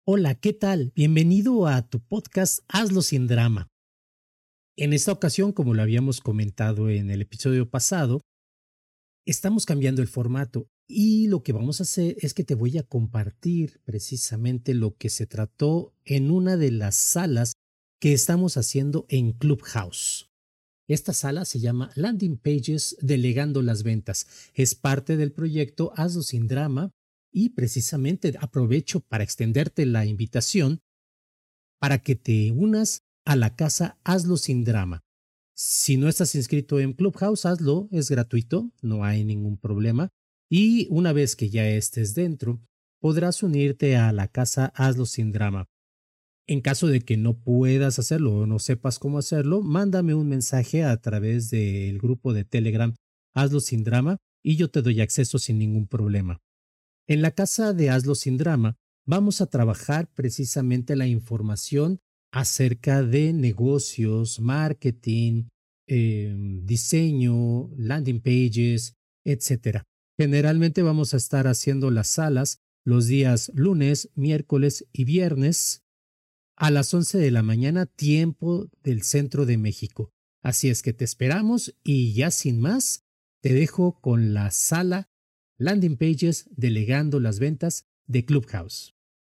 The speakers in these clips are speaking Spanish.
Hola, ¿qué tal? Bienvenido a tu podcast Hazlo sin drama. En esta ocasión, como lo habíamos comentado en el episodio pasado, estamos cambiando el formato y lo que vamos a hacer es que te voy a compartir precisamente lo que se trató en una de las salas que estamos haciendo en Clubhouse. Esta sala se llama Landing Pages Delegando las Ventas. Es parte del proyecto Hazlo sin drama y precisamente aprovecho para extenderte la invitación para que te unas a la casa Hazlo sin drama. Si no estás inscrito en Clubhouse, hazlo, es gratuito, no hay ningún problema. Y una vez que ya estés dentro, podrás unirte a la casa Hazlo sin drama. En caso de que no puedas hacerlo o no sepas cómo hacerlo, mándame un mensaje a través del grupo de Telegram Hazlo sin drama y yo te doy acceso sin ningún problema. En la casa de Hazlo sin drama vamos a trabajar precisamente la información acerca de negocios, marketing, diseño, landing pages, etcétera. Generalmente vamos a estar haciendo las salas los días lunes, miércoles y viernes a las 11 de la mañana, tiempo del centro de México. Así es que te esperamos y ya sin más, te dejo con la sala Landing Pages Delegando las Ventas de Clubhouse.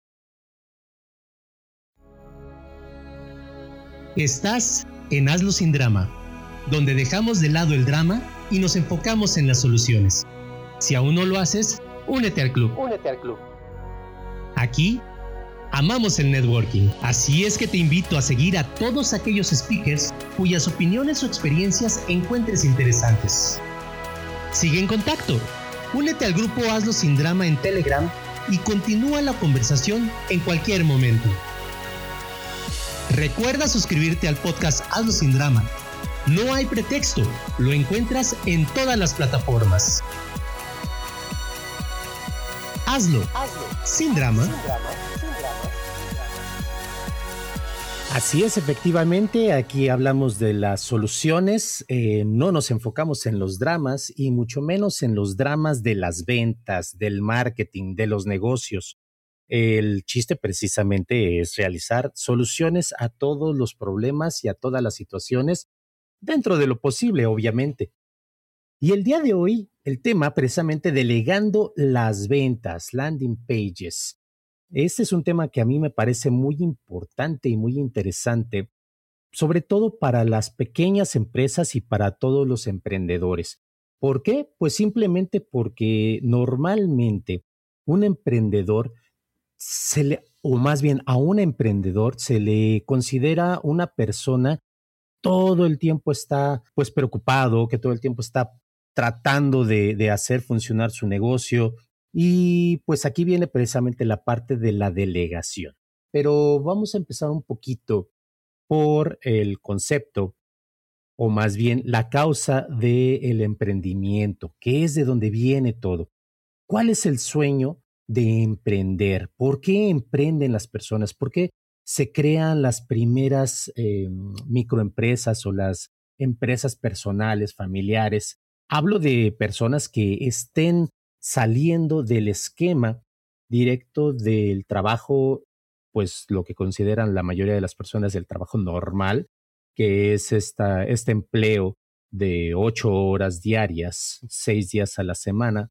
Estás en Hazlo sin drama, donde dejamos de lado el drama y nos enfocamos en las soluciones. Si aún no lo haces, únete al club. Aquí amamos el networking, así es que te invito a seguir a todos aquellos speakers cuyas opiniones o experiencias encuentres interesantes. Sigue en contacto, únete al grupo Hazlo sin drama en Telegram y continúa la conversación en cualquier momento. Recuerda suscribirte al podcast Hazlo sin drama. No hay pretexto, lo encuentras en todas las plataformas. Hazlo sin drama. Así es, efectivamente, aquí hablamos de las soluciones, no nos enfocamos en los dramas y mucho menos en los dramas de las ventas, del marketing, de los negocios. El chiste precisamente es realizar soluciones a todos los problemas y a todas las situaciones dentro de lo posible, obviamente. Y el día de hoy, el tema precisamente delegando las ventas, landing pages. Este es un tema que a mí me parece muy importante y muy interesante, sobre todo para las pequeñas empresas y para todos los emprendedores. ¿Por qué? Pues simplemente porque normalmente un emprendedor o más bien a un emprendedor se le considera una persona todo el tiempo está pues preocupado, que todo el tiempo está tratando de hacer funcionar su negocio. Y pues aquí viene precisamente la parte de la delegación. Pero vamos a empezar un poquito por el concepto, o más bien la causa del emprendimiento, que es de donde viene todo. ¿Cuál es el sueño de emprender? ¿Por qué emprenden las personas? ¿Por qué se crean las primeras microempresas o las empresas personales, familiares? Hablo de personas que estén saliendo del esquema directo del trabajo, pues lo que consideran la mayoría de las personas el trabajo normal, que es este empleo de 8 horas diarias, 6 días a la semana.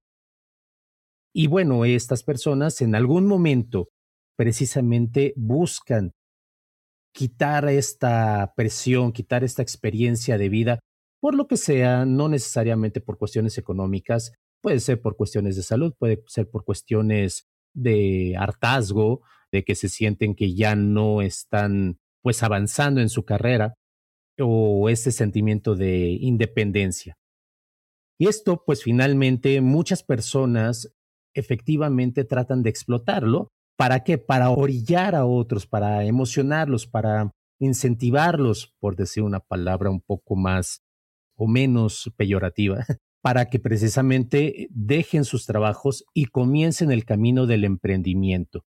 Y bueno, estas personas en algún momento precisamente buscan quitar esta presión, quitar esta experiencia de vida, por lo que sea, no necesariamente por cuestiones económicas, puede ser por cuestiones de salud, puede ser por cuestiones de hartazgo, de que se sienten que ya no están pues avanzando en su carrera o ese sentimiento de independencia. Y esto, pues finalmente, muchas personas efectivamente tratan de explotarlo. ¿Para qué? Para orillar a otros, para emocionarlos, para incentivarlos, por decir una palabra un poco más o menos peyorativa, para que precisamente dejen sus trabajos y comiencen el camino del emprendimiento.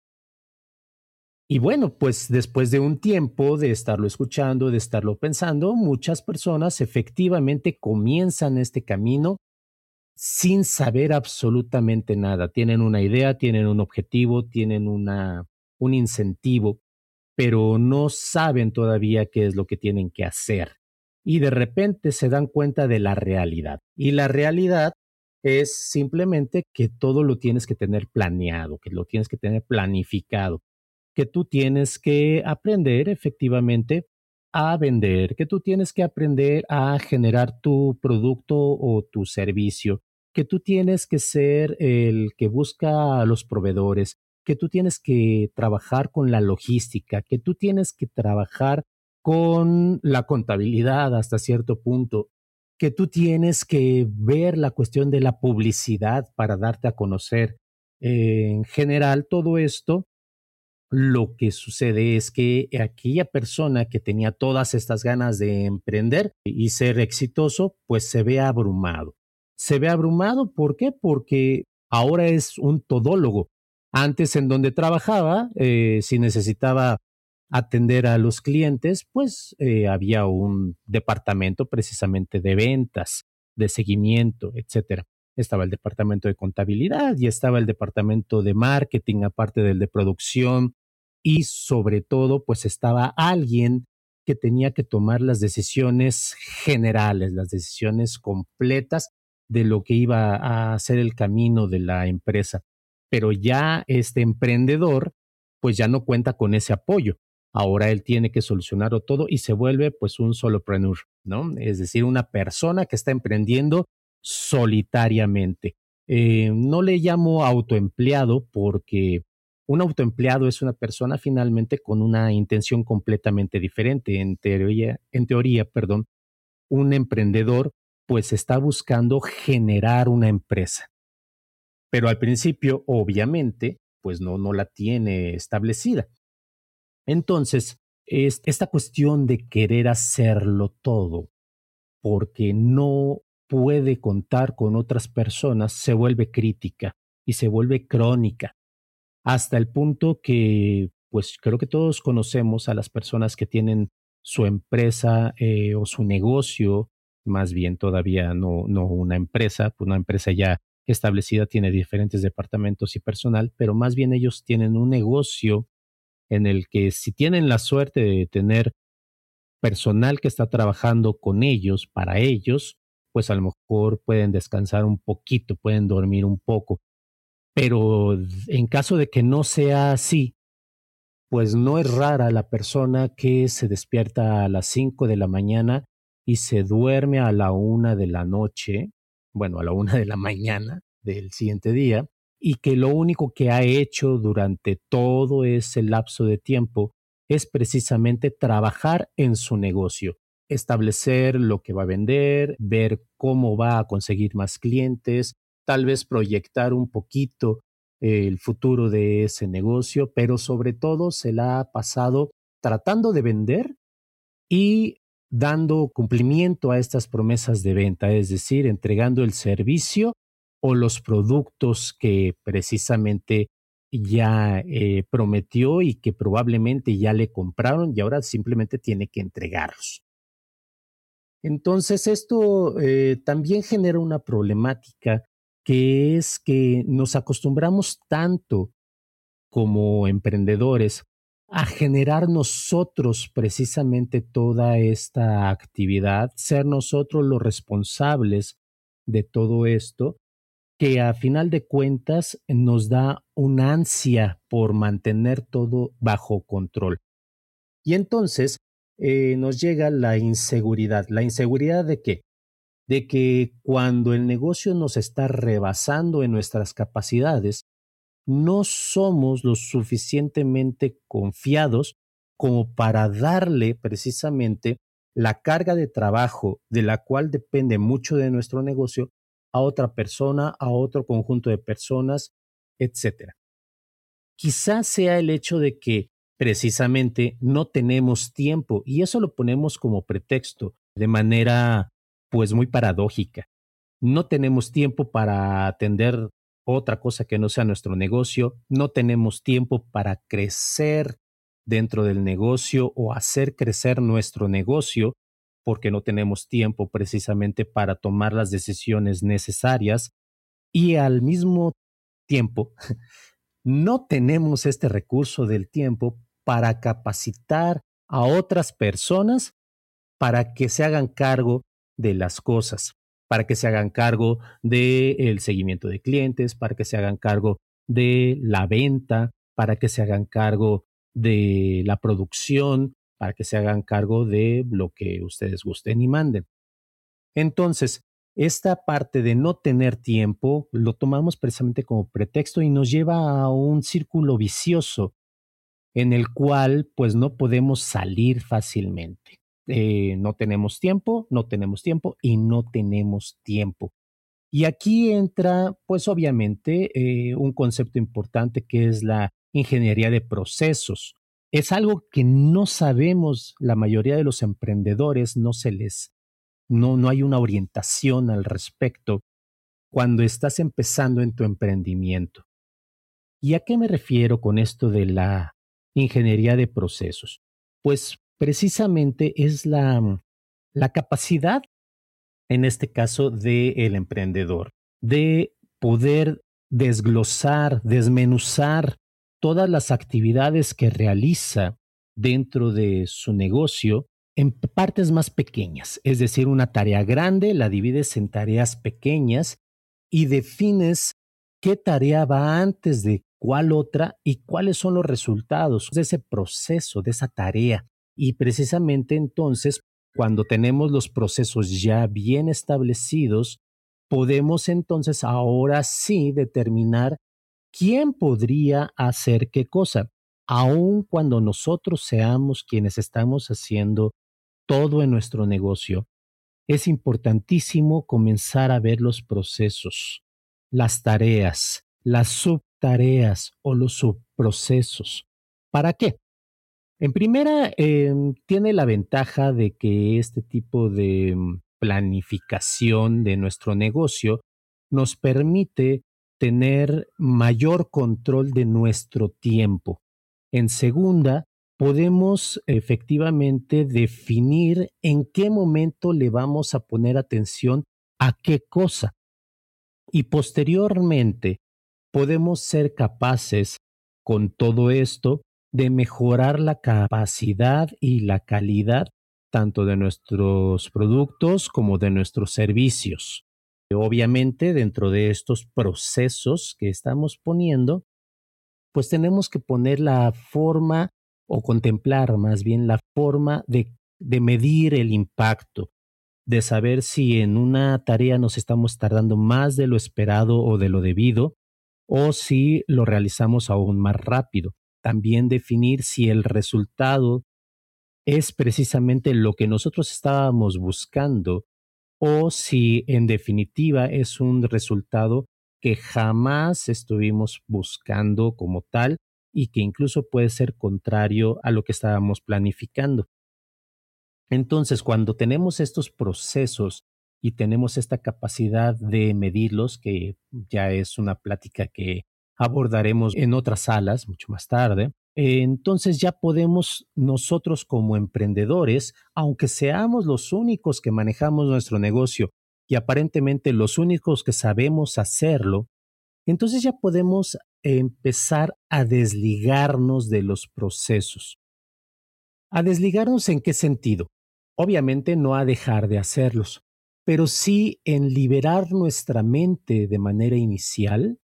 Y bueno, pues después de un tiempo de estarlo escuchando, de estarlo pensando, muchas personas efectivamente comienzan este camino sin saber absolutamente nada. Tienen una idea, tienen un objetivo, tienen un incentivo, pero no saben todavía qué es lo que tienen que hacer. Y de repente se dan cuenta de la realidad. Y la realidad es simplemente que todo lo tienes que tener planeado, que lo tienes que tener planificado, que tú tienes que aprender efectivamente a vender, que tú tienes que aprender a generar tu producto o tu servicio, que tú tienes que ser el que busca a los proveedores, que tú tienes que trabajar con la logística, que tú tienes que trabajar con la contabilidad hasta cierto punto, que tú tienes que ver la cuestión de la publicidad para darte a conocer. En general, todo esto, lo que sucede es que aquella persona que tenía todas estas ganas de emprender y ser exitoso, pues se ve abrumado. Se ve abrumado, ¿por qué? Porque ahora es un todólogo. Antes en donde trabajaba, si necesitaba atender a los clientes, pues había un departamento precisamente de ventas, de seguimiento, etcétera. Estaba el departamento de contabilidad y estaba el departamento de marketing, aparte del de producción, y sobre todo, pues estaba alguien que tenía que tomar las decisiones generales, las decisiones completas de lo que iba a ser el camino de la empresa. Pero ya este emprendedor, pues ya no cuenta con ese apoyo. Ahora él tiene que solucionarlo todo y se vuelve pues un solopreneur, ¿no? Es decir, una persona que está emprendiendo solitariamente. No le llamo autoempleado porque un autoempleado es una persona finalmente con una intención completamente diferente. Perdón, un emprendedor pues está buscando generar una empresa, pero al principio obviamente pues no la tiene establecida. Entonces, es esta cuestión de querer hacerlo todo porque no puede contar con otras personas se vuelve crítica y se vuelve crónica hasta el punto que, pues creo que todos conocemos a las personas que tienen su empresa o su negocio, más bien todavía no una empresa ya establecida tiene diferentes departamentos y personal, pero más bien ellos tienen un negocio en el que si tienen la suerte de tener personal que está trabajando con ellos, para ellos, pues a lo mejor pueden descansar un poquito, pueden dormir un poco. Pero en caso de que no sea así, pues no es rara la persona que se despierta a las 5 de la mañana y se duerme a la 1 de la noche, bueno, a la 1 de la mañana del siguiente día, y que lo único que ha hecho durante todo ese lapso de tiempo es precisamente trabajar en su negocio, establecer lo que va a vender, ver cómo va a conseguir más clientes, tal vez proyectar un poquito el futuro de ese negocio, pero sobre todo se la ha pasado tratando de vender y dando cumplimiento a estas promesas de venta, es decir, entregando el servicio o los productos que precisamente ya prometió y que probablemente ya le compraron y ahora simplemente tiene que entregarlos. Entonces, esto también genera una problemática que es que nos acostumbramos tanto como emprendedores a generar nosotros precisamente toda esta actividad, ser nosotros los responsables de todo esto, que a final de cuentas nos da una ansia por mantener todo bajo control. Y entonces nos llega la inseguridad. ¿La inseguridad de qué? De que cuando el negocio nos está rebasando en nuestras capacidades, no somos lo suficientemente confiados como para darle precisamente la carga de trabajo de la cual depende mucho de nuestro negocio a otra persona, a otro conjunto de personas, etcétera. Quizás sea el hecho de que precisamente no tenemos tiempo y eso lo ponemos como pretexto de manera pues muy paradójica. No tenemos tiempo para atender otra cosa que no sea nuestro negocio, no tenemos tiempo para crecer dentro del negocio o hacer crecer nuestro negocio porque no tenemos tiempo precisamente para tomar las decisiones necesarias y al mismo tiempo no tenemos este recurso del tiempo para capacitar a otras personas para que se hagan cargo de las cosas, para que se hagan cargo del seguimiento de clientes, para que se hagan cargo de la venta, para que se hagan cargo de la producción, para que se hagan cargo de lo que ustedes gusten y manden. Entonces, esta parte de no tener tiempo lo tomamos precisamente como pretexto y nos lleva a un círculo vicioso en el cual pues no podemos salir fácilmente. No tenemos tiempo, no tenemos tiempo y no tenemos tiempo. Y aquí entra pues obviamente un concepto importante que es la ingeniería de procesos. Es algo que no sabemos, la mayoría de los emprendedores no hay una orientación al respecto cuando estás empezando en tu emprendimiento. ¿Y a qué me refiero con esto de la ingeniería de procesos? Pues precisamente es la capacidad, en este caso, del emprendedor, de poder desglosar, desmenuzar todas las actividades que realiza dentro de su negocio en partes más pequeñas. Es decir, una tarea grande la divides en tareas pequeñas y defines qué tarea va antes de cuál otra y cuáles son los resultados de ese proceso, de esa tarea. Y precisamente entonces, cuando tenemos los procesos ya bien establecidos, podemos entonces ahora sí determinar quién podría hacer qué cosa, aun cuando nosotros seamos quienes estamos haciendo todo en nuestro negocio. Es importantísimo comenzar a ver los procesos, las tareas, las subtareas o los subprocesos. ¿Para qué? En primera, tiene la ventaja de que este tipo de planificación de nuestro negocio nos permite tener mayor control de nuestro tiempo. En segunda, podemos efectivamente definir en qué momento le vamos a poner atención a qué cosa. Y posteriormente, podemos ser capaces, con todo esto, de mejorar la capacidad y la calidad tanto de nuestros productos como de nuestros servicios. Obviamente, dentro de estos procesos que estamos poniendo, pues tenemos que poner la forma o contemplar más bien la forma de medir el impacto, de saber si en una tarea nos estamos tardando más de lo esperado o de lo debido, o si lo realizamos aún más rápido. También definir si el resultado es precisamente lo que nosotros estábamos buscando o si en definitiva es un resultado que jamás estuvimos buscando como tal y que incluso puede ser contrario a lo que estábamos planificando. Entonces, cuando tenemos estos procesos y tenemos esta capacidad de medirlos, que ya es una plática que abordaremos en otras salas mucho más tarde, entonces ya podemos nosotros como emprendedores, aunque seamos los únicos que manejamos nuestro negocio y aparentemente los únicos que sabemos hacerlo, entonces ya podemos empezar a desligarnos de los procesos. ¿A desligarnos en qué sentido? Obviamente no a dejar de hacerlos, pero sí en liberar nuestra mente de manera inicial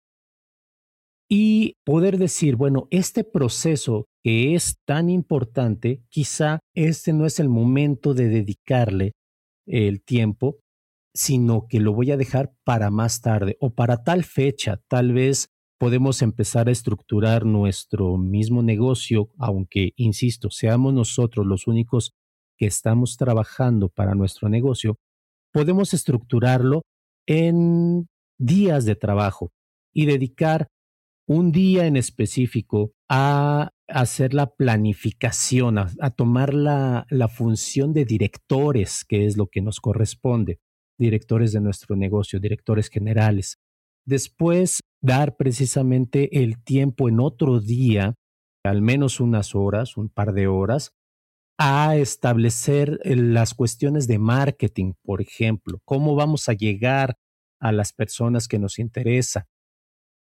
y poder decir, bueno, este proceso que es tan importante, quizá este no es el momento de dedicarle el tiempo, sino que lo voy a dejar para más tarde o para tal fecha. Tal vez podemos empezar a estructurar nuestro mismo negocio, aunque, insisto, seamos nosotros los únicos que estamos trabajando para nuestro negocio, podemos estructurarlo en días de trabajo y dedicar un día en específico a hacer la planificación, a tomar la función de directores, que es lo que nos corresponde, directores de nuestro negocio, directores generales. Después, dar precisamente el tiempo en otro día, al menos unas horas, un par de horas, a establecer las cuestiones de marketing, por ejemplo, cómo vamos a llegar a las personas que nos interesan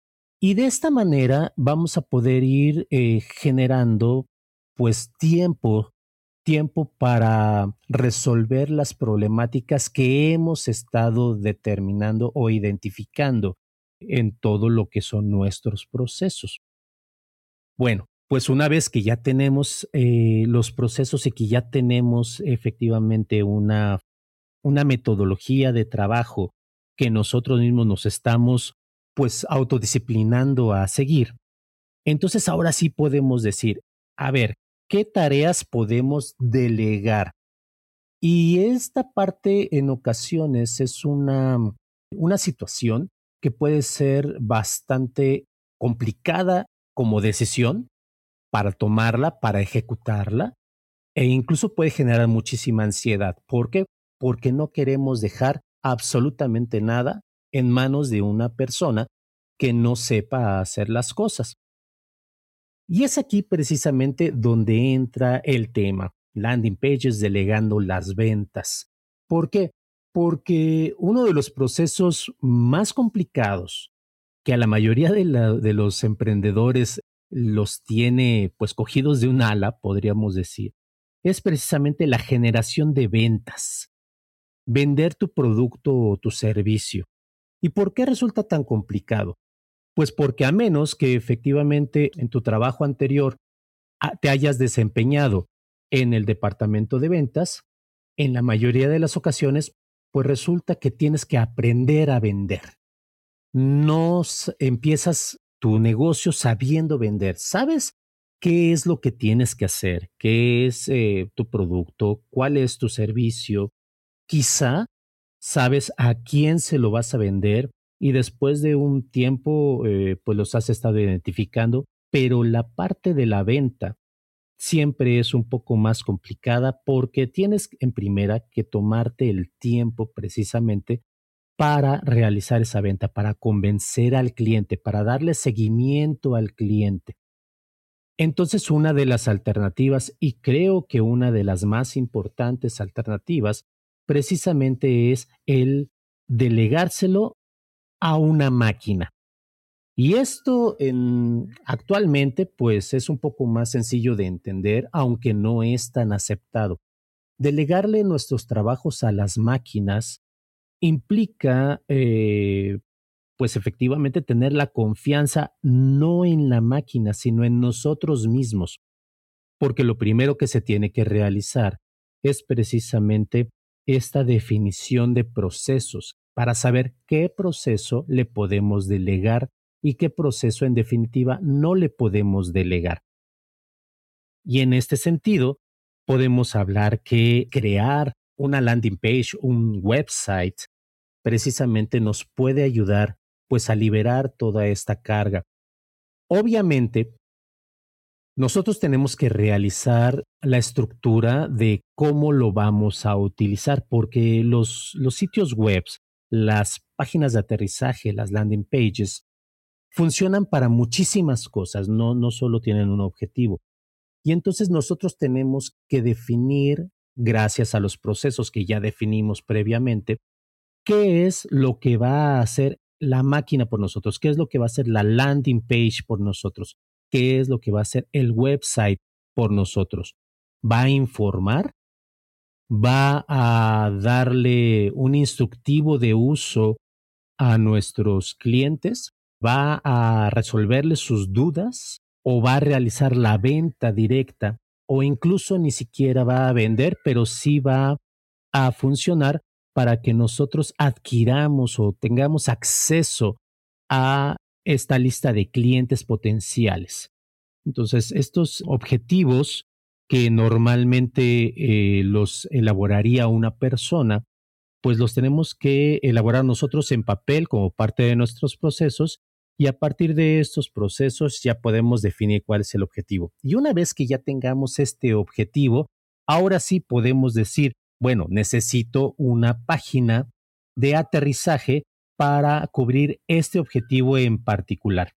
Y de esta manera vamos a poder ir generando pues tiempo para resolver las problemáticas que hemos estado determinando o identificando en todo lo que son nuestros procesos. Bueno, pues una vez que ya tenemos los procesos y que ya tenemos efectivamente una metodología de trabajo que nosotros mismos nos estamos pues autodisciplinando a seguir, entonces ahora sí podemos decir, a ver, ¿qué tareas podemos delegar? Y esta parte en ocasiones es una situación que puede ser bastante complicada como decisión para tomarla, para ejecutarla, e incluso puede generar muchísima ansiedad. ¿Por qué? Porque no queremos dejar absolutamente nada en manos de una persona que no sepa hacer las cosas. Y es aquí precisamente donde entra el tema, landing pages delegando las ventas. ¿Por qué? Porque uno de los procesos más complicados que a la mayoría de los emprendedores los tiene pues cogidos de un ala, podríamos decir, es precisamente la generación de ventas, vender tu producto o tu servicio. ¿Y por qué resulta tan complicado? Pues porque a menos que efectivamente en tu trabajo anterior te hayas desempeñado en el departamento de ventas, en la mayoría de las ocasiones, pues resulta que tienes que aprender a vender. No empiezas tu negocio sabiendo vender. ¿Sabes qué es lo que tienes que hacer? ¿Qué es tu producto? ¿Cuál es tu servicio? Quizá sabes a quién se lo vas a vender y después de un tiempo, pues los has estado identificando, pero la parte de la venta siempre es un poco más complicada porque tienes en primera que tomarte el tiempo precisamente para realizar esa venta, para convencer al cliente, para darle seguimiento al cliente. Entonces, una de las alternativas, y creo que una de las más importantes alternativas, precisamente es el delegárselo a una máquina. Y esto actualmente pues es un poco más sencillo de entender, aunque no es tan aceptado. Delegarle nuestros trabajos a las máquinas implica pues efectivamente tener la confianza no en la máquina, sino en nosotros mismos, porque lo primero que se tiene que realizar es precisamente esta definición de procesos para saber qué proceso le podemos delegar y qué proceso en definitiva no le podemos delegar. Y en este sentido, podemos hablar que crear una landing page, un website, precisamente nos puede ayudar pues a liberar toda esta carga. Obviamente, nosotros tenemos que realizar la estructura de cómo lo vamos a utilizar, porque los sitios web, las páginas de aterrizaje, las landing pages, funcionan para muchísimas cosas, no solo tienen un objetivo. Y entonces nosotros tenemos que definir, gracias a los procesos que ya definimos previamente, qué es lo que va a hacer la máquina por nosotros, qué es lo que va a hacer la landing page por nosotros, qué es lo que va a hacer el website por nosotros. ¿Va a informar? ¿Va a darle un instructivo de uso a nuestros clientes? ¿Va a resolverles sus dudas? ¿O va a realizar la venta directa? ¿O incluso ni siquiera va a vender, pero sí va a funcionar para que nosotros adquiramos o tengamos acceso a esta lista de clientes potenciales? Entonces, estos objetivos que normalmente los elaboraría una persona, pues los tenemos que elaborar nosotros en papel como parte de nuestros procesos y a partir de estos procesos ya podemos definir cuál es el objetivo. Y una vez que ya tengamos este objetivo, ahora sí podemos decir, bueno, necesito una página de aterrizaje para cubrir este objetivo en particular.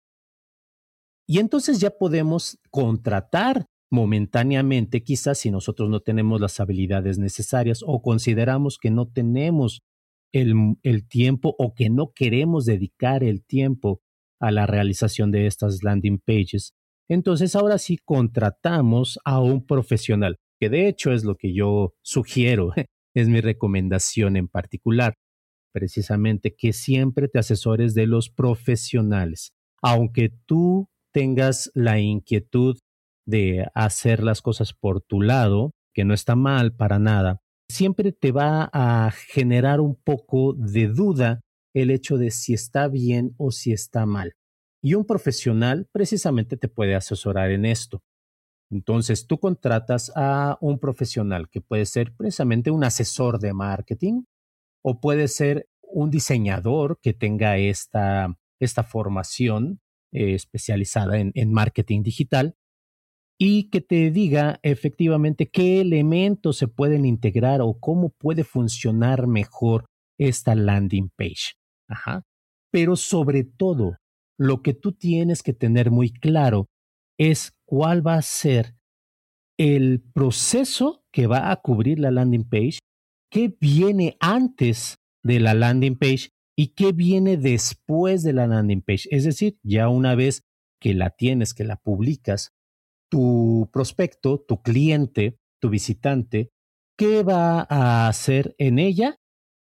Y entonces ya podemos contratar momentáneamente, quizás si nosotros no tenemos las habilidades necesarias o consideramos que no tenemos el tiempo o que no queremos dedicar el tiempo a la realización de estas landing pages. Entonces ahora sí contratamos a un profesional, que de hecho es lo que yo sugiero, es mi recomendación en particular, precisamente que siempre te asesores de los profesionales. Aunque tú tengas la inquietud de hacer las cosas por tu lado, que no está mal para nada, siempre te va a generar un poco de duda el hecho de si está bien o si está mal. Y un profesional precisamente te puede asesorar en esto. Entonces, tú contratas a un profesional que puede ser precisamente un asesor de marketing o puede ser un diseñador que tenga esta formación especializada en marketing digital y que te diga efectivamente qué elementos se pueden integrar o cómo puede funcionar mejor esta landing page. Ajá. Pero sobre todo, lo que tú tienes que tener muy claro es cuál va a ser el proceso que va a cubrir la landing page, qué viene antes de la landing page y qué viene después de la landing page. Es decir, ya una vez que la tienes, que la publicas, tu prospecto, tu cliente, tu visitante, qué va a hacer en ella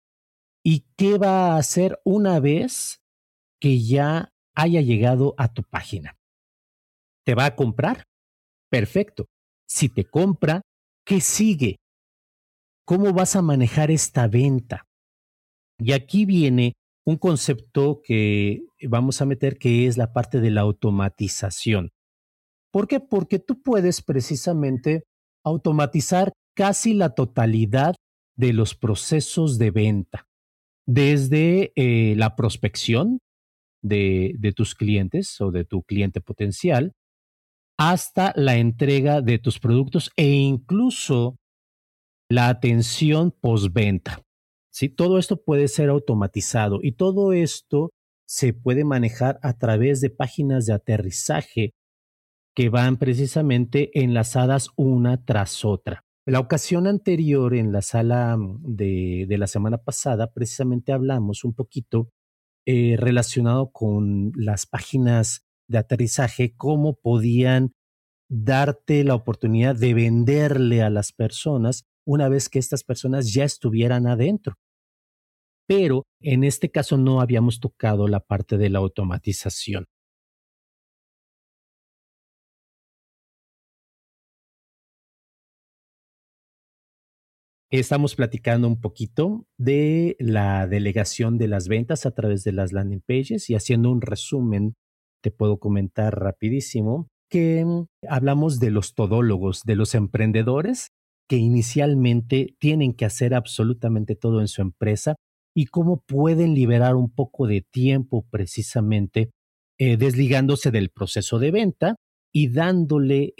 y qué va a hacer una vez que ya haya llegado a tu página. ¿Te va a comprar? Perfecto. Si te compra, ¿qué sigue? ¿Cómo vas a manejar esta venta? Y aquí viene un concepto que vamos a meter que es la parte de la automatización. ¿Por qué? Porque tú puedes precisamente automatizar casi la totalidad de los procesos de venta, desde la prospección de tus clientes o de tu cliente potencial, hasta la entrega de tus productos e incluso la atención postventa. ¿Sí? Todo esto puede ser automatizado y todo esto se puede manejar a través de páginas de aterrizaje que van precisamente enlazadas una tras otra. En la ocasión anterior, en la sala de la semana pasada, precisamente hablamos un poquito relacionado con las páginas de aterrizaje, cómo podían darte la oportunidad de venderle a las personas una vez que estas personas ya estuvieran adentro. Pero en este caso no habíamos tocado la parte de la automatización. Estamos platicando un poquito de la delegación de las ventas a través de las landing pages y haciendo un resumen, te puedo comentar rapidísimo que hablamos de los todólogos, de los emprendedores que inicialmente tienen que hacer absolutamente todo en su empresa y cómo pueden liberar un poco de tiempo precisamente desligándose del proceso de venta y dándole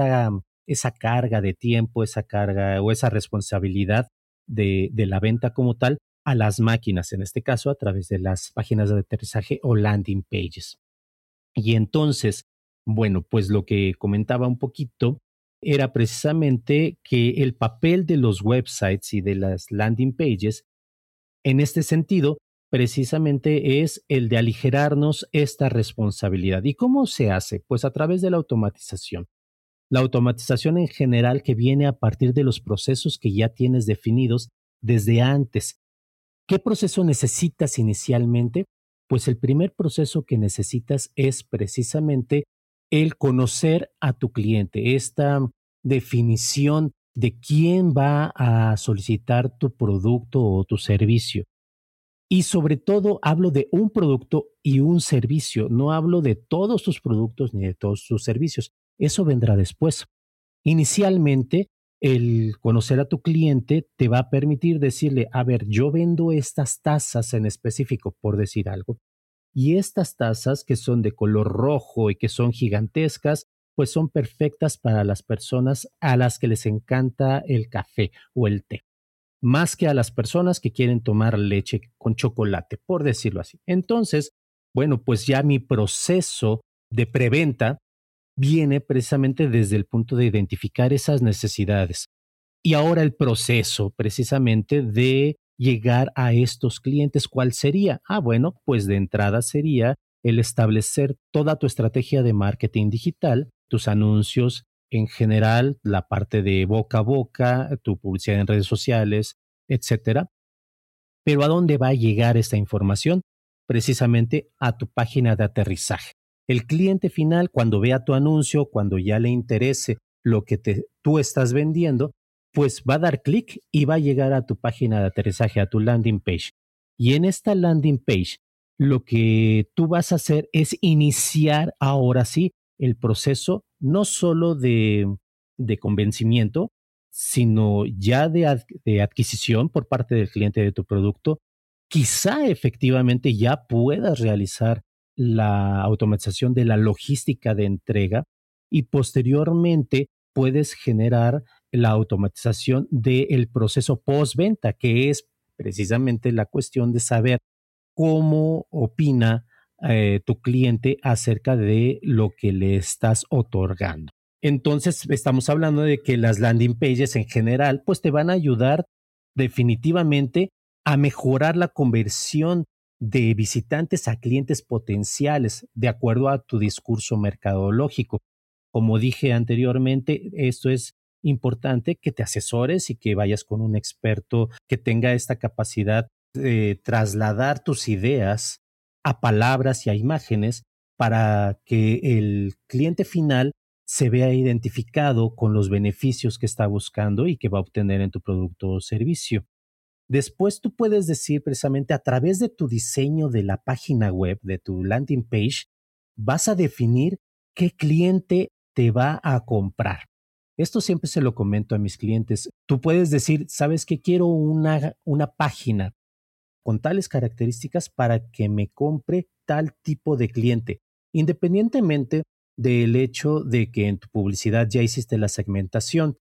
esa carga de tiempo, esa carga o esa responsabilidad de la venta como tal a las máquinas, en este caso a través de las páginas de aterrizaje o landing pages. Y entonces, bueno, pues lo que comentaba un poquito era precisamente que el papel de los websites y de las landing pages en este sentido precisamente es el de aligerarnos esta responsabilidad. ¿Y cómo se hace? Pues a través de la automatización. La automatización en general que viene a partir de los procesos que ya tienes definidos desde antes. ¿Qué proceso necesitas inicialmente? Pues el primer proceso que necesitas es precisamente el conocer a tu cliente, esta definición de quién va a solicitar tu producto o tu servicio. Y sobre todo hablo de un producto y un servicio, no hablo de todos tus productos ni de todos tus servicios. Eso vendrá después. Inicialmente, el conocer a tu cliente te va a permitir decirle, a ver, yo vendo estas tazas en específico, por decir algo, y estas tazas que son de color rojo y que son gigantescas, pues son perfectas para las personas a las que les encanta el café o el té, más que a las personas que quieren tomar leche con chocolate, por decirlo así. Entonces, bueno, pues ya mi proceso de preventa viene precisamente desde el punto de identificar esas necesidades. Y ahora el proceso precisamente de llegar a estos clientes, ¿cuál sería? Ah, bueno, pues de entrada sería el establecer toda tu estrategia de marketing digital, tus anuncios en general, la parte de boca a boca, tu publicidad en redes sociales, etcétera. Pero ¿a dónde va a llegar esta información? Precisamente a tu página de aterrizaje. El cliente final, cuando vea tu anuncio, cuando ya le interese lo que tú estás vendiendo, pues va a dar clic y va a llegar a tu página de aterrizaje, a tu landing page. Y en esta landing page, lo que tú vas a hacer es iniciar ahora sí el proceso no solo de convencimiento, sino ya de adquisición por parte del cliente de tu producto. Quizá efectivamente ya puedas realizar la automatización de la logística de entrega y posteriormente puedes generar la automatización del proceso postventa, que es precisamente la cuestión de saber cómo opina tu cliente acerca de lo que le estás otorgando. Entonces, estamos hablando de que las landing pages en general, pues te van a ayudar definitivamente a mejorar la conversión de visitantes a clientes potenciales de acuerdo a tu discurso mercadológico. Como dije anteriormente, esto es importante que te asesores y que vayas con un experto que tenga esta capacidad de trasladar tus ideas a palabras y a imágenes para que el cliente final se vea identificado con los beneficios que está buscando y que va a obtener en tu producto o servicio. Después tú puedes decir precisamente a través de tu diseño de la página web, de tu landing page, vas a definir qué cliente te va a comprar. Esto siempre se lo comento a mis clientes. Tú puedes decir, ¿sabes qué? Quiero una página con tales características para que me compre tal tipo de cliente, independientemente del hecho de que en tu publicidad ya hiciste la segmentación.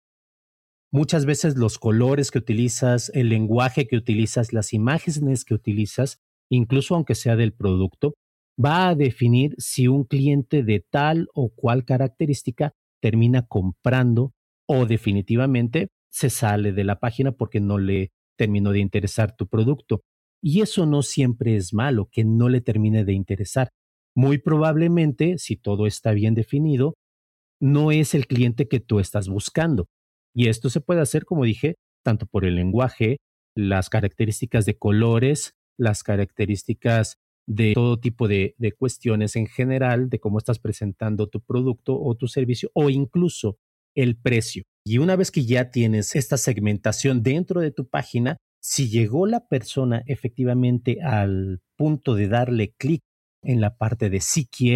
Muchas veces los colores que utilizas, el lenguaje que utilizas, las imágenes que utilizas, incluso aunque sea del producto, va a definir si un cliente de tal o cual característica termina comprando o definitivamente se sale de la página porque no le terminó de interesar tu producto. Y eso no siempre es malo, que no le termine de interesar. Muy probablemente, si todo está bien definido, no es el cliente que tú estás buscando. Y esto se puede hacer, como dije, tanto por el lenguaje, las características de colores, las características de todo tipo de cuestiones en general, de cómo estás presentando tu producto o tu servicio, o incluso el precio. Y una vez que ya tienes esta segmentación dentro de tu página, si llegó la persona efectivamente al punto de darle clic en la parte de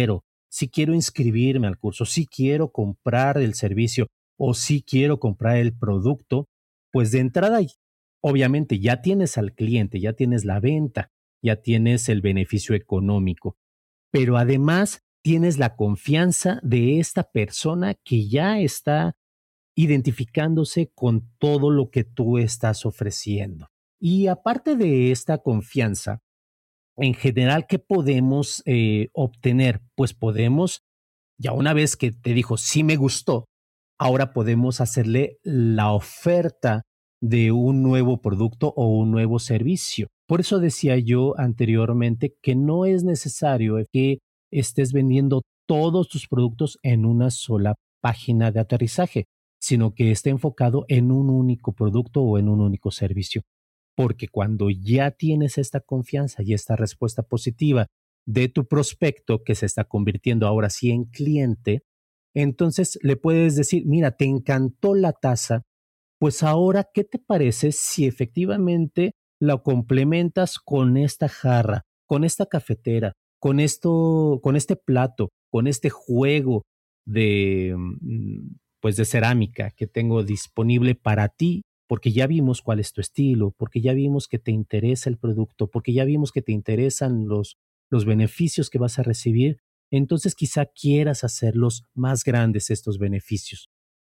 si quiero inscribirme al curso, si quiero comprar el servicio o si quiero comprar el producto, pues de entrada, obviamente ya tienes al cliente, ya tienes la venta, ya tienes el beneficio económico, pero además tienes la confianza de esta persona que ya está identificándose con todo lo que tú estás ofreciendo. Y aparte de esta confianza, en general, ¿qué podemos obtener? Pues podemos, ya una vez que te dijo, sí me gustó, ahora podemos hacerle la oferta de un nuevo producto o un nuevo servicio. Por eso decía yo anteriormente que no es necesario que estés vendiendo todos tus productos en una sola página de aterrizaje, sino que esté enfocado en un único producto o en un único servicio. Porque cuando ya tienes esta confianza y esta respuesta positiva de tu prospecto que se está convirtiendo ahora sí en cliente, entonces le puedes decir, mira, te encantó la taza, pues ahora, ¿qué te parece si efectivamente la complementas con esta jarra, con esta cafetera, con esto, con este plato, con este juego de, pues de cerámica que tengo disponible para ti? Porque ya vimos cuál es tu estilo, porque ya vimos que te interesa el producto, porque ya vimos que te interesan los beneficios que vas a recibir, entonces quizá quieras hacerlos más grandes estos beneficios.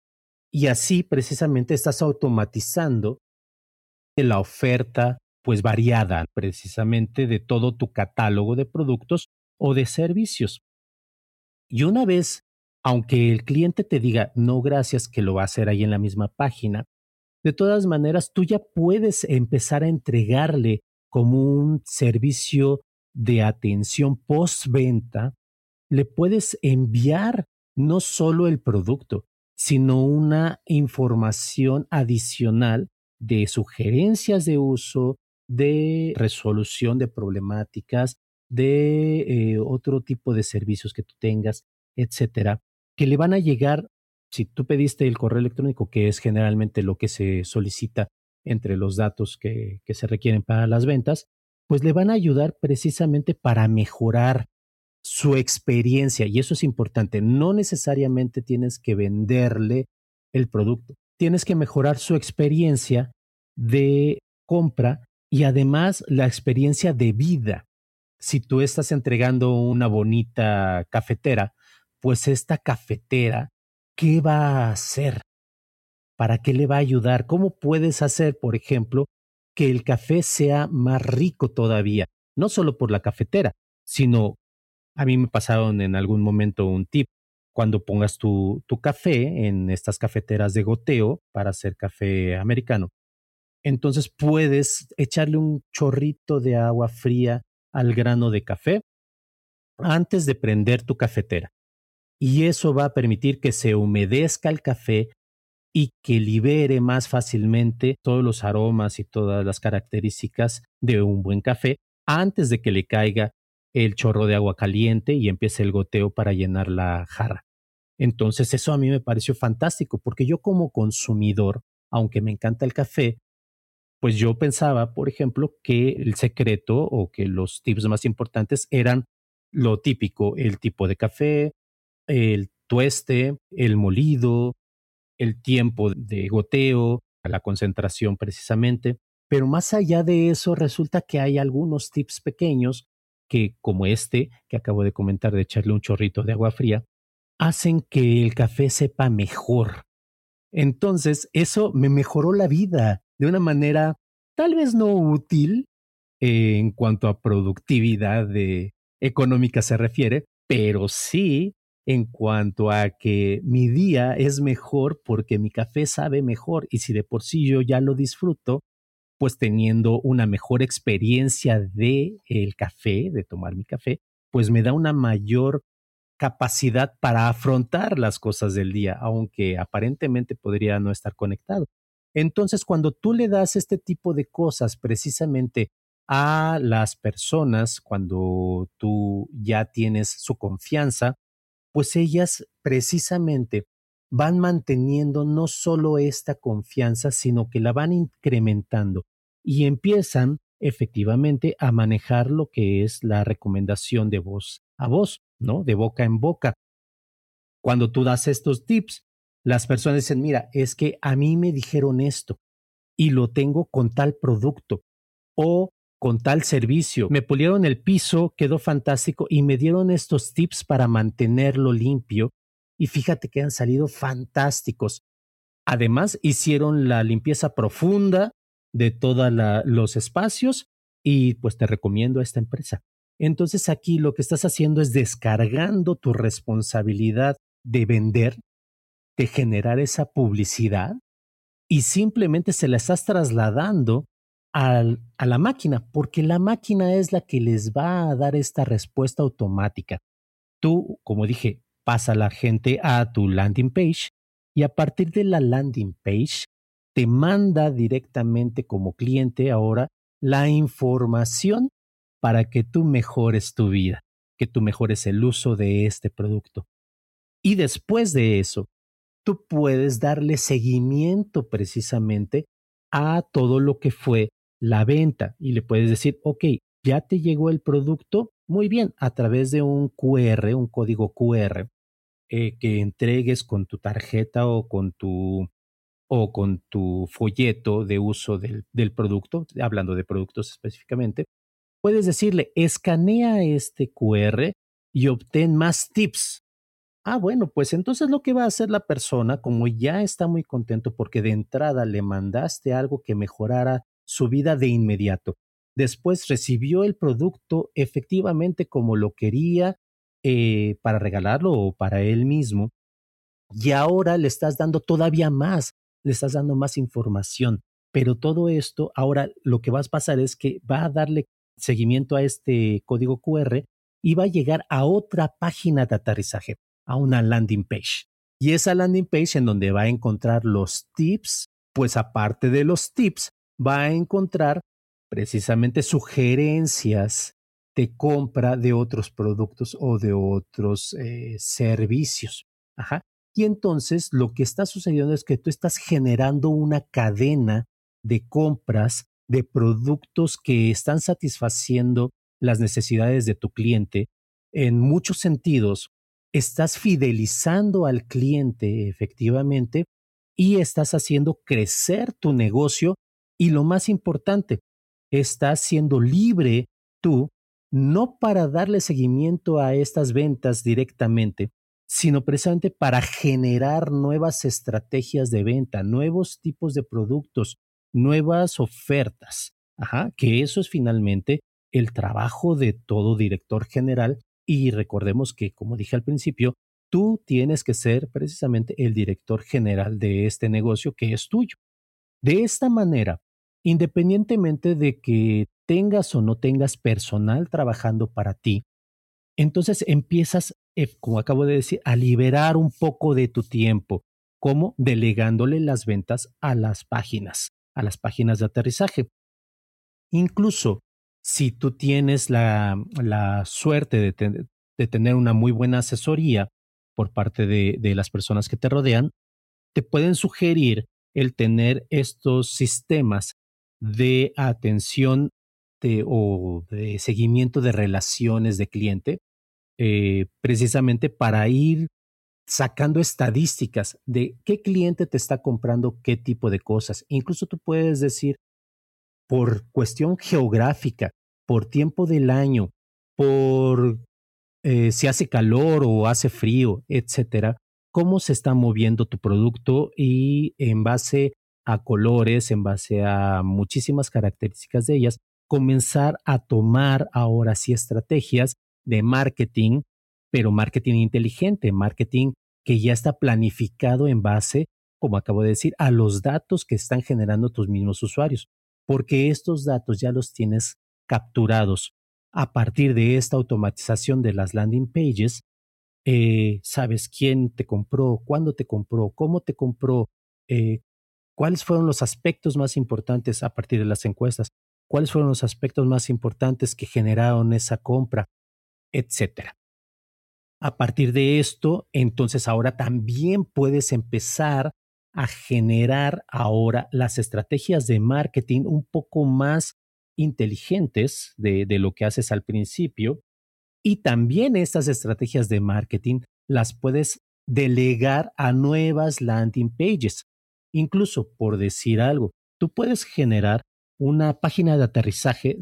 Y así precisamente estás automatizando la oferta pues variada precisamente de todo tu catálogo de productos o de servicios. Y una vez, aunque el cliente te diga no gracias, que lo va a hacer ahí en la misma página, de todas maneras tú ya puedes empezar a entregarle como un servicio de atención postventa, le puedes enviar no solo el producto, sino una información adicional de sugerencias de uso, de resolución de problemáticas, de otro tipo de servicios que tú tengas, etcétera, que le van a llegar, si tú pediste el correo electrónico, que es generalmente lo que se solicita entre los datos que se requieren para las ventas, pues le van a ayudar precisamente para mejorar su experiencia, y eso es importante. No necesariamente tienes que venderle el producto, tienes que mejorar su experiencia de compra y además la experiencia de vida. Si tú estás entregando una bonita cafetera, pues esta cafetera, ¿qué va a hacer? ¿Para qué le va a ayudar? ¿Cómo puedes hacer, por ejemplo, que el café sea más rico todavía? No solo por la cafetera, sino a mí me pasaron en algún momento un tip. Cuando pongas tu café en estas cafeteras de goteo para hacer café americano, entonces puedes echarle un chorrito de agua fría al grano de café antes de prender tu cafetera. Y eso va a permitir que se humedezca el café y que libere más fácilmente todos los aromas y todas las características de un buen café antes de que le caiga el chorro de agua caliente y empiece el goteo para llenar la jarra. Entonces eso a mí me pareció fantástico porque yo como consumidor, aunque me encanta el café, pues yo pensaba, por ejemplo, que el secreto o que los tips más importantes eran lo típico, el tipo de café, el tueste, el molido, el tiempo de goteo, la concentración precisamente. Pero más allá de eso, resulta que hay algunos tips pequeños que, como este que acabo de comentar de echarle un chorrito de agua fría, hacen que el café sepa mejor. Entonces, eso me mejoró la vida de una manera tal vez no útil en cuanto a productividad económica se refiere, pero sí en cuanto a que mi día es mejor porque mi café sabe mejor y si de por sí yo ya lo disfruto, pues teniendo una mejor experiencia de el café, de tomar mi café, pues me da una mayor capacidad para afrontar las cosas del día, aunque aparentemente podría no estar conectado. Entonces, cuando tú le das este tipo de cosas precisamente a las personas, cuando tú ya tienes su confianza, pues ellas precisamente van manteniendo no solo esta confianza, sino que la van incrementando y empiezan efectivamente a manejar lo que es la recomendación de voz a voz, ¿no? De boca en boca. Cuando tú das estos tips, las personas dicen, mira, es que a mí me dijeron esto y lo tengo con tal producto o con tal servicio. Me pulieron el piso, quedó fantástico y me dieron estos tips para mantenerlo limpio y fíjate que han salido fantásticos. Además, hicieron la limpieza profunda de todos los espacios y pues te recomiendo a esta empresa. Entonces aquí lo que estás haciendo es descargando tu responsabilidad de vender, de generar esa publicidad y simplemente se la estás trasladando a la máquina, porque la máquina es la que les va a dar esta respuesta automática. Tú, como dije, pasa la gente a tu landing page y a partir de la landing page te manda directamente como cliente ahora la información para que tú mejores tu vida, que tú mejores el uso de este producto. Y después de eso, tú puedes darle seguimiento precisamente a todo lo que fue la venta y le puedes decir, ok, ya te llegó el producto, muy bien, a través de un QR, un código QR, que entregues con tu tarjeta o con tu folleto de uso del producto, hablando de productos específicamente, puedes decirle, escanea este QR y obtén más tips. Ah, bueno, pues entonces lo que va a hacer la persona, como ya está muy contento porque de entrada le mandaste algo que mejorara su vida de inmediato. Después recibió el producto efectivamente como lo quería para regalarlo o para él mismo. Y ahora le estás dando todavía más, le estás dando más información. Pero todo esto, ahora lo que va a pasar es que va a darle seguimiento a este código QR y va a llegar a otra página de aterrizaje, a una landing page. Y esa landing page en donde va a encontrar los tips, pues aparte de los tips, va a encontrar precisamente sugerencias de compra de otros productos o de otros servicios. Ajá. Y entonces lo que está sucediendo es que tú estás generando una cadena de compras de productos que están satisfaciendo las necesidades de tu cliente. En muchos sentidos, estás fidelizando al cliente efectivamente y estás haciendo crecer tu negocio y lo más importante, estás siendo libre tú, no para darle seguimiento a estas ventas directamente, sino precisamente para generar nuevas estrategias de venta, nuevos tipos de productos, nuevas ofertas. Ajá, que eso es finalmente el trabajo de todo director general. Y recordemos que, como dije al principio, tú tienes que ser precisamente el director general de este negocio que es tuyo. De esta manera, independientemente de que tengas o no tengas personal trabajando para ti, entonces empiezas, como acabo de decir, a liberar un poco de tu tiempo, como delegándole las ventas a las páginas de aterrizaje. Incluso si tú tienes la suerte de tener una muy buena asesoría por parte de las personas que te rodean, te pueden sugerir el tener estos sistemas de atención o de seguimiento de relaciones de cliente, precisamente para ir sacando estadísticas de qué cliente te está comprando qué tipo de cosas. Incluso tú puedes decir por cuestión geográfica, por tiempo del año, por si hace calor o hace frío, etcétera, cómo se está moviendo tu producto y en base a colores, en base a muchísimas características de ellas, comenzar a tomar ahora sí estrategias de marketing, pero marketing inteligente, marketing que ya está planificado en base, como acabo de decir, a los datos que están generando tus mismos usuarios, porque estos datos ya los tienes capturados a partir de esta automatización de las landing pages. Sabes quién te compró, cuándo te compró, cómo te compró, eh, cuáles fueron los aspectos más importantes a partir de las encuestas, cuáles fueron los aspectos más importantes que generaron esa compra, etcétera. A partir de esto, entonces ahora también puedes empezar a generar ahora las estrategias de marketing un poco más inteligentes de lo que haces al principio, y también estas estrategias de marketing las puedes delegar a nuevas landing pages. Incluso, por decir algo, tú puedes generar una página de aterrizaje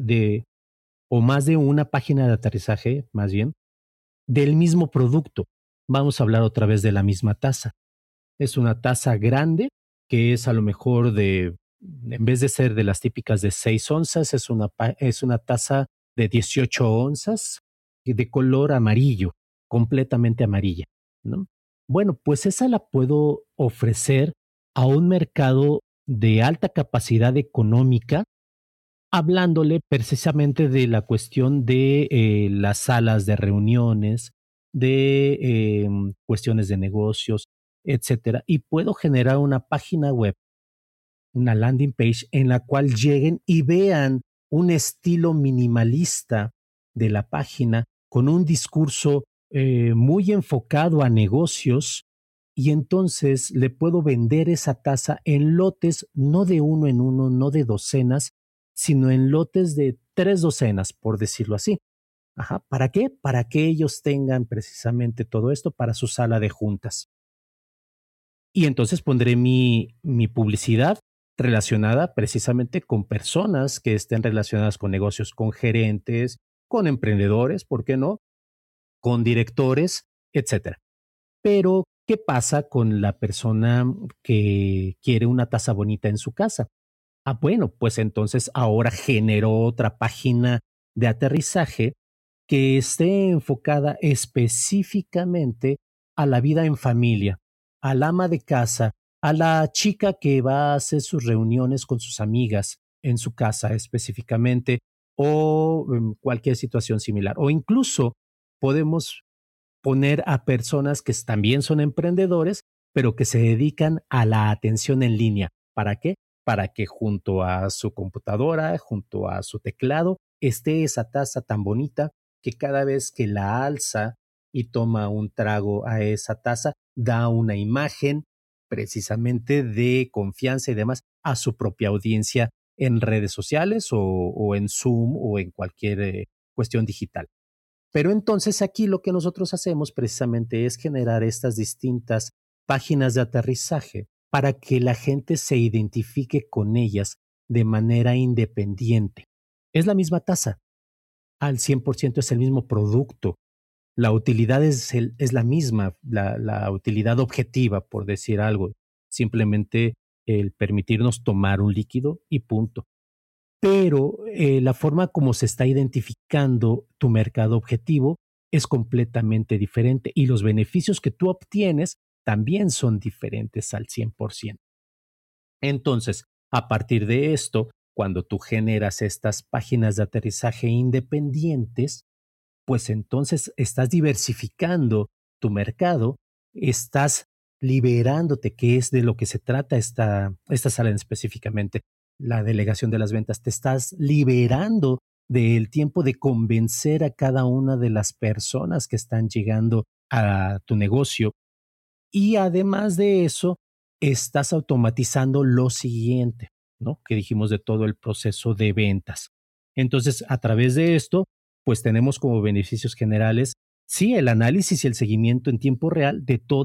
o más de una página de aterrizaje, más bien, del mismo producto. Vamos a hablar otra vez de la misma taza. Es una taza grande que es a lo mejor en vez de ser de las típicas de 6 onzas, es una taza de 18 onzas y de color amarillo, completamente amarilla, ¿no? Bueno, pues esa la puedo ofrecer a un mercado de alta capacidad económica, hablándole precisamente de la cuestión de las salas de reuniones, de cuestiones de negocios, etcétera. Y puedo generar una página web, una landing page en la cual lleguen y vean un estilo minimalista de la página con un discurso muy enfocado a negocios, y entonces le puedo vender esa taza en lotes, no de uno en uno, no de docenas, sino en lotes de 3 docenas, por decirlo así. Ajá. ¿Para qué? Para que ellos tengan precisamente todo esto para su sala de juntas. Y entonces pondré mi publicidad relacionada precisamente con personas que estén relacionadas con negocios, con gerentes, con emprendedores, ¿por qué no? Con directores, etcétera. Pero, ¿qué pasa con la persona que quiere una taza bonita en su casa? Ah, bueno, pues entonces ahora generó otra página de aterrizaje que esté enfocada específicamente a la vida en familia, al ama de casa, a la chica que va a hacer sus reuniones con sus amigas en su casa específicamente, o cualquier situación similar. O incluso podemos poner a personas que también son emprendedores, pero que se dedican a la atención en línea. ¿Para qué? Para que junto a su computadora, junto a su teclado, esté esa taza tan bonita que cada vez que la alza y toma un trago a esa taza, da una imagen precisamente de confianza y demás a su propia audiencia en redes sociales o en Zoom o en cualquier cuestión digital. Pero entonces aquí lo que nosotros hacemos precisamente es generar estas distintas páginas de aterrizaje para que la gente se identifique con ellas de manera independiente. Es la misma tasa, al 100% es el mismo producto. La utilidad es la misma, la utilidad objetiva, por decir algo. Simplemente el permitirnos tomar un líquido y punto. Pero la forma como se está identificando tu mercado objetivo es completamente diferente y los beneficios que tú obtienes también son diferentes al 100%. Entonces, a partir de esto, cuando tú generas estas páginas de aterrizaje independientes, pues entonces estás diversificando tu mercado, estás liberándote, que es de lo que se trata esta sala específicamente, la delegación de las ventas, te estás liberando del tiempo de convencer a cada una de las personas que están llegando a tu negocio y además de eso, estás automatizando lo siguiente, ¿no? Que dijimos de todo el proceso de ventas. Entonces, a través de esto, pues tenemos como beneficios generales, sí, el análisis y el seguimiento en tiempo real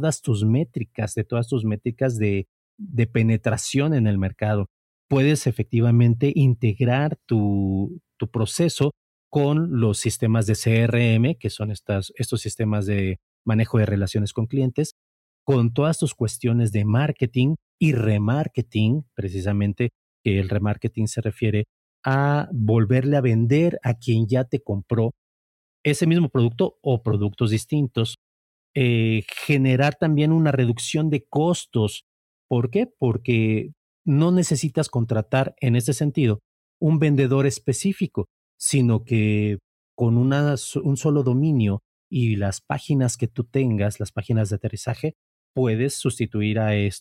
de todas tus métricas de penetración en el mercado. Puedes efectivamente integrar tu proceso con los sistemas de CRM, que son estos sistemas de manejo de relaciones con clientes, con todas tus cuestiones de marketing y remarketing, precisamente, que el remarketing se refiere a volverle a vender a quien ya te compró ese mismo producto o productos distintos. Generar también una reducción de costos. ¿Por qué? Porque no necesitas contratar en ese sentido un vendedor específico, sino que con un solo dominio y las páginas que tú tengas, las páginas de aterrizaje, puedes sustituir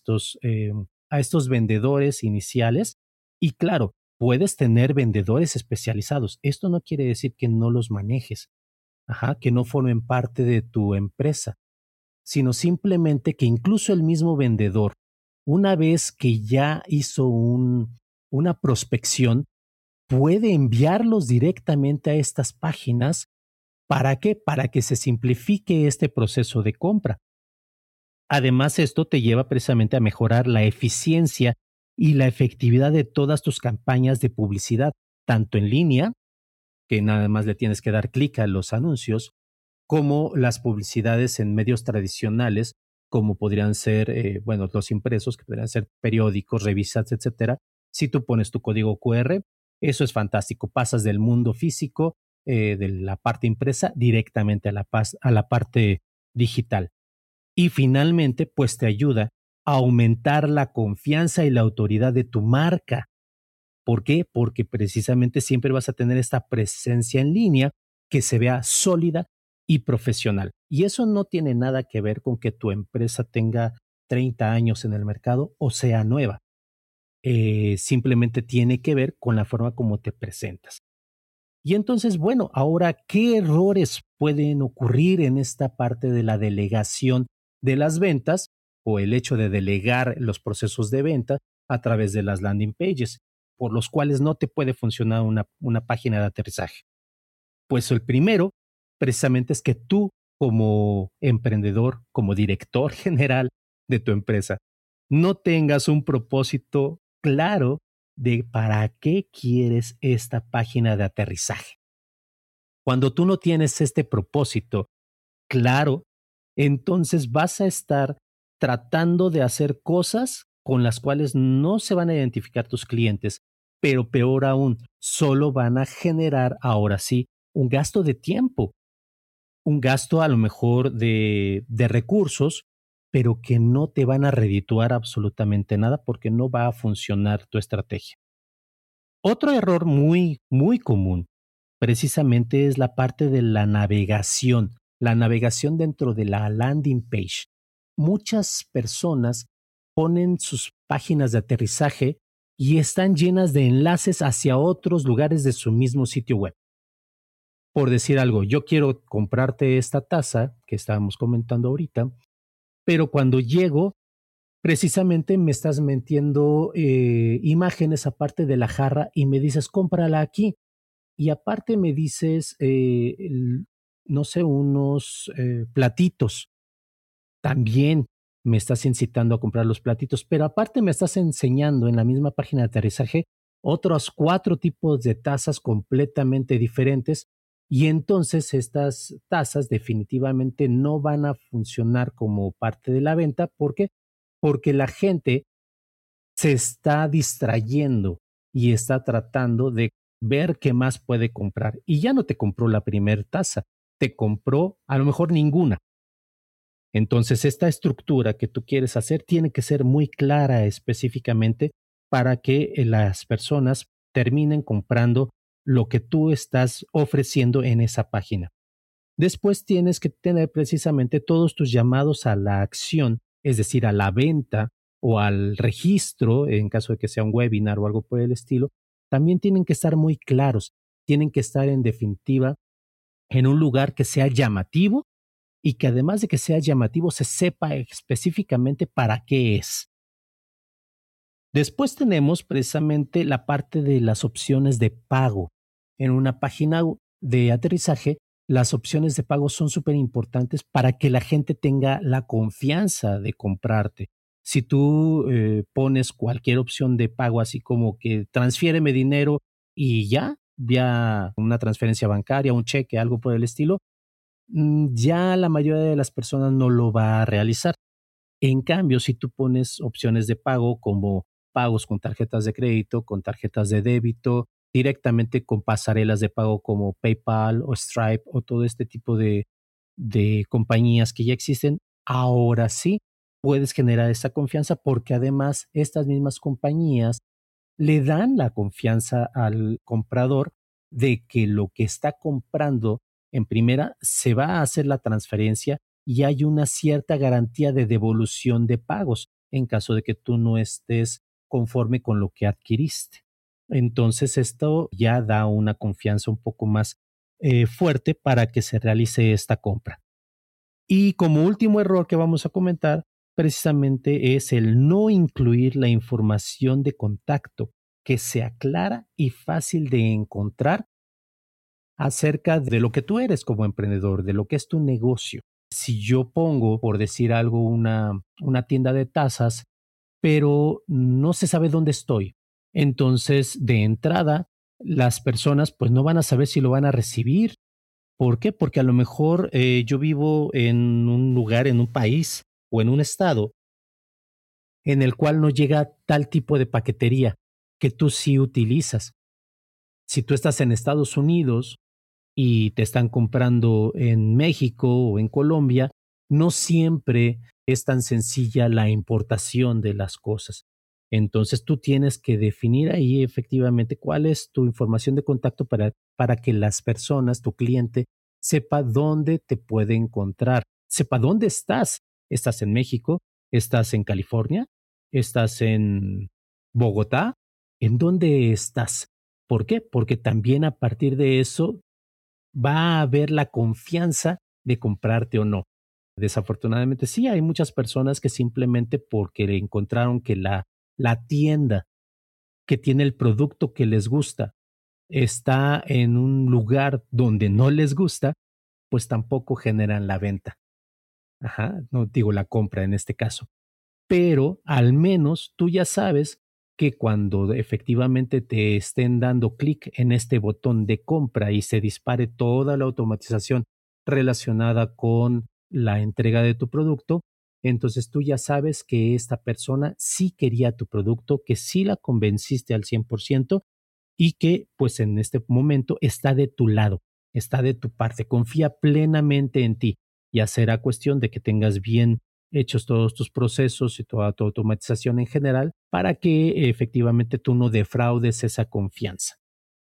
a estos vendedores iniciales y claro, puedes tener vendedores especializados. Esto no quiere decir que no los manejes, ajá, que no formen parte de tu empresa, sino simplemente que incluso el mismo vendedor, una vez que ya hizo una prospección, puede enviarlos directamente a estas páginas. ¿Para qué? Para que se simplifique este proceso de compra. Además, esto te lleva precisamente a mejorar la eficiencia y la efectividad de todas tus campañas de publicidad, tanto en línea, que nada más le tienes que dar clic a los anuncios, como las publicidades en medios tradicionales, como podrían ser, bueno, los impresos, que podrían ser periódicos, revistas, etcétera. Si tú pones tu código QR, eso es fantástico. Pasas del mundo físico, de la parte impresa, directamente a la parte digital. Y finalmente, pues te ayuda a aumentar la confianza y la autoridad de tu marca. ¿Por qué? Porque precisamente siempre vas a tener esta presencia en línea que se vea sólida y profesional. Y eso no tiene nada que ver con que tu empresa tenga 30 años en el mercado o sea nueva. Simplemente tiene que ver con la forma como te presentas. Y entonces, bueno, ahora, ¿qué errores pueden ocurrir en esta parte de la delegación de las ventas o el hecho de delegar los procesos de venta a través de las landing pages, por los cuales no te puede funcionar una página de aterrizaje? Pues el primero, precisamente, es que tú como emprendedor, como director general de tu empresa, no tengas un propósito claro de para qué quieres esta página de aterrizaje. Cuando tú no tienes este propósito claro, entonces vas a estar tratando de hacer cosas con las cuales no se van a identificar tus clientes, pero peor aún, solo van a generar ahora sí un gasto de tiempo, un gasto a lo mejor de recursos, pero que no te van a redituar absolutamente nada porque no va a funcionar tu estrategia. Otro error muy, muy común precisamente es la parte de la navegación dentro de la landing page. Muchas personas ponen sus páginas de aterrizaje y están llenas de enlaces hacia otros lugares de su mismo sitio web. Por decir algo, yo quiero comprarte esta taza que estábamos comentando ahorita, pero cuando llego, precisamente me estás metiendo imágenes aparte de la jarra y me dices, cómprala aquí. Y aparte me dices, no sé, unos platitos. También me estás incitando a comprar los platitos, pero aparte me estás enseñando en la misma página de aterrizaje otros 4 tipos de tazas completamente diferentes y entonces estas tazas definitivamente no van a funcionar como parte de la venta. ¿Por qué? Porque la gente se está distrayendo y está tratando de ver qué más puede comprar. Y ya no te compró la primer taza, te compró a lo mejor ninguna. Entonces, esta estructura que tú quieres hacer tiene que ser muy clara específicamente para que las personas terminen comprando lo que tú estás ofreciendo en esa página. Después tienes que tener precisamente todos tus llamados a la acción, es decir, a la venta o al registro, en caso de que sea un webinar o algo por el estilo, también tienen que estar muy claros, tienen que estar en definitiva en un lugar que sea llamativo y que además de que sea llamativo se sepa específicamente para qué es. Después tenemos precisamente la parte de las opciones de pago. En una página de aterrizaje, las opciones de pago son súper importantes para que la gente tenga la confianza de comprarte. Si tú pones cualquier opción de pago, así como que transfiéreme dinero y ya, vía una transferencia bancaria, un cheque, algo por el estilo, ya la mayoría de las personas no lo va a realizar. En cambio, si tú pones opciones de pago como pagos con tarjetas de crédito, con tarjetas de débito, directamente con pasarelas de pago como PayPal o Stripe o todo este tipo de compañías que ya existen, ahora sí puedes generar esa confianza porque además estas mismas compañías le dan la confianza al comprador de que lo que está comprando en primera se va a hacer la transferencia y hay una cierta garantía de devolución de pagos en caso de que tú no estés conforme con lo que adquiriste. Entonces esto ya da una confianza un poco más fuerte para que se realice esta compra. Y como último error que vamos a comentar, precisamente es el no incluir la información de contacto que sea clara y fácil de encontrar acerca de lo que tú eres como emprendedor, de lo que es tu negocio. Si yo pongo, por decir algo, una tienda de tazas, pero no se sabe dónde estoy, entonces de entrada las personas pues no van a saber si lo van a recibir. ¿Por qué? Porque a lo mejor yo vivo en un lugar, en un país o en un estado en el cual no llega tal tipo de paquetería que tú sí utilizas. Si tú estás en Estados Unidos y te están comprando en México o en Colombia, no siempre es tan sencilla la importación de las cosas. Entonces tú tienes que definir ahí efectivamente cuál es tu información de contacto para que las personas, tu cliente, sepa dónde te puede encontrar, sepa dónde estás. ¿Estás en México? ¿Estás en California? ¿Estás en Bogotá? ¿En dónde estás? ¿Por qué? Porque también a partir de eso va a haber la confianza de comprarte o no. Desafortunadamente, sí, hay muchas personas que simplemente porque encontraron que la tienda que tiene el producto que les gusta está en un lugar donde no les gusta, pues tampoco generan la venta. Ajá, no digo la compra en este caso. Pero al menos tú ya sabes que cuando efectivamente te estén dando clic en este botón de compra y se dispare toda la automatización relacionada con la entrega de tu producto, entonces tú ya sabes que esta persona sí quería tu producto, que sí la convenciste al 100% y que pues en este momento está de tu lado, está de tu parte, confía plenamente en ti. Ya será cuestión de que tengas bien hechos todos tus procesos y toda tu automatización en general para que efectivamente tú no defraudes esa confianza.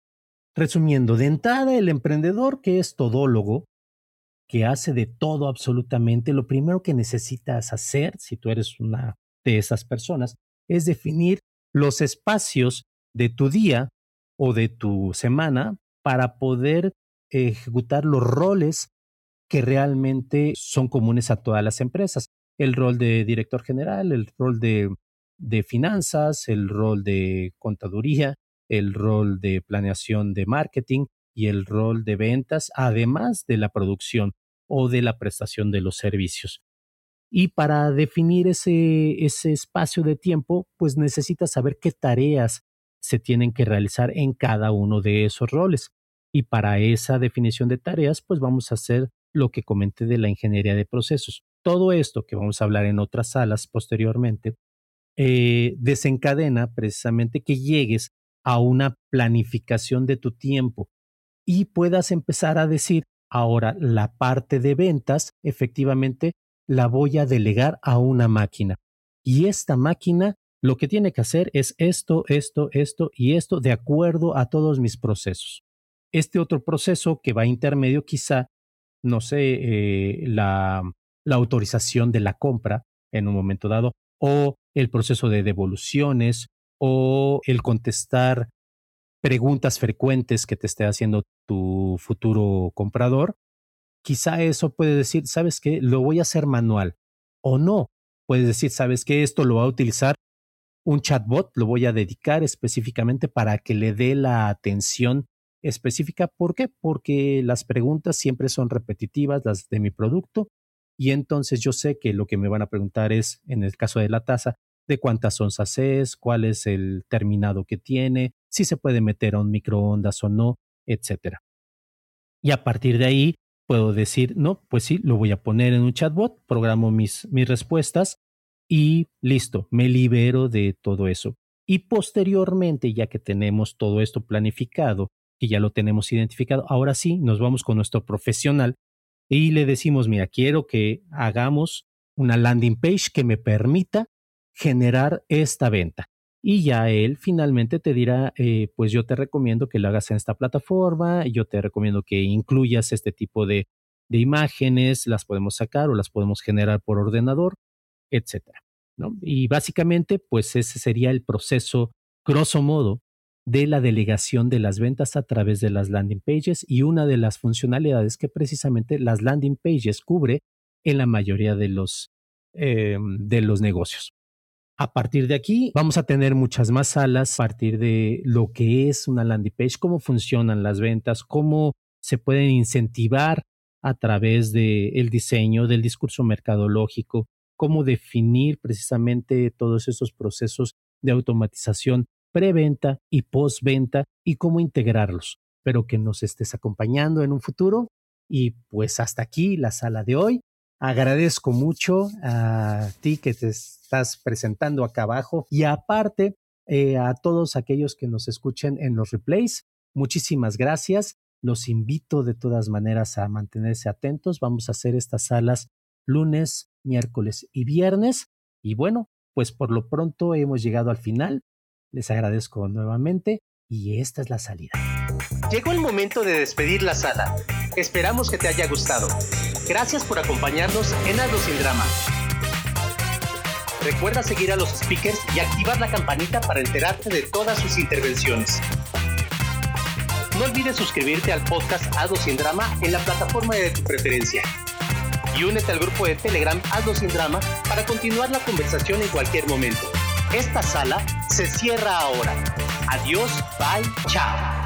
Resumiendo, de entrada, el emprendedor que es todólogo, que hace de todo absolutamente, lo primero que necesitas hacer, si tú eres una de esas personas, es definir los espacios de tu día o de tu semana para poder ejecutar los roles que realmente son comunes a todas las empresas. El rol de director general, el rol de finanzas, el rol de contaduría, el rol de planeación de marketing y el rol de ventas, además de la producción o de la prestación de los servicios. Y para definir ese espacio de tiempo, pues necesitas saber qué tareas se tienen que realizar en cada uno de esos roles. Y para esa definición de tareas, pues vamos a hacer lo que comenté de la ingeniería de procesos. Todo esto que vamos a hablar en otras salas posteriormente, desencadena precisamente que llegues a una planificación de tu tiempo y puedas empezar a decir, ahora la parte de ventas, efectivamente, la voy a delegar a una máquina. Y esta máquina lo que tiene que hacer es esto y esto de acuerdo a todos mis procesos. Este otro proceso que va intermedio, quizá, no sé, la autorización de la compra en un momento dado, o el proceso de devoluciones, o el contestar preguntas frecuentes que te esté haciendo tu futuro comprador. Quizá eso puede decir, ¿sabes qué? Lo voy a hacer manual. O no, puedes decir, ¿sabes qué? Esto lo va a utilizar un chatbot, lo voy a dedicar específicamente para que le dé la atención específica. ¿Por qué? Porque las preguntas siempre son repetitivas, las de mi producto, y entonces yo sé que lo que me van a preguntar es, en el caso de la taza, de cuántas onzas es, cuál es el terminado que tiene, si se puede meter a un microondas o no, etcétera. Y a partir de ahí puedo decir, no, pues sí, lo voy a poner en un chatbot, programo mis respuestas y listo, me libero de todo eso. Y posteriormente, ya que tenemos todo esto planificado, que ya lo tenemos identificado, ahora sí nos vamos con nuestro profesional y le decimos, mira, quiero que hagamos una landing page que me permita generar esta venta. Y ya él finalmente te dirá, pues yo te recomiendo que lo hagas en esta plataforma, yo te recomiendo que incluyas este tipo de imágenes, las podemos sacar o las podemos generar por ordenador, etcétera, ¿no? Y básicamente, pues ese sería el proceso, grosso modo, de la delegación de las ventas a través de las landing pages y una de las funcionalidades que precisamente las landing pages cubre en la mayoría de los negocios. A partir de aquí vamos a tener muchas más salas a partir de lo que es una landing page, cómo funcionan las ventas, cómo se pueden incentivar a través del diseño, del discurso mercadológico, cómo definir precisamente todos esos procesos de automatización preventa y postventa y cómo integrarlos. Espero que nos estés acompañando en un futuro y pues hasta aquí la sala de hoy. Agradezco mucho a ti que te estás presentando acá abajo y aparte a todos aquellos que nos escuchen en los replays. Muchísimas gracias. Los invito de todas maneras a mantenerse atentos. Vamos a hacer estas salas lunes, miércoles y viernes. Y bueno, pues por lo pronto hemos llegado al final. Les agradezco nuevamente y esta es la salida. Llegó el momento de despedir la sala. Esperamos que te haya gustado. Gracias por acompañarnos en Hazlo Sin Drama. Recuerda seguir a los speakers y activar la campanita para enterarte de todas sus intervenciones. No olvides suscribirte al podcast Hazlo Sin Drama en la plataforma de tu preferencia. Y únete al grupo de Telegram Hazlo Sin Drama para continuar la conversación en cualquier momento. Esta sala se cierra ahora. Adiós, bye, chao.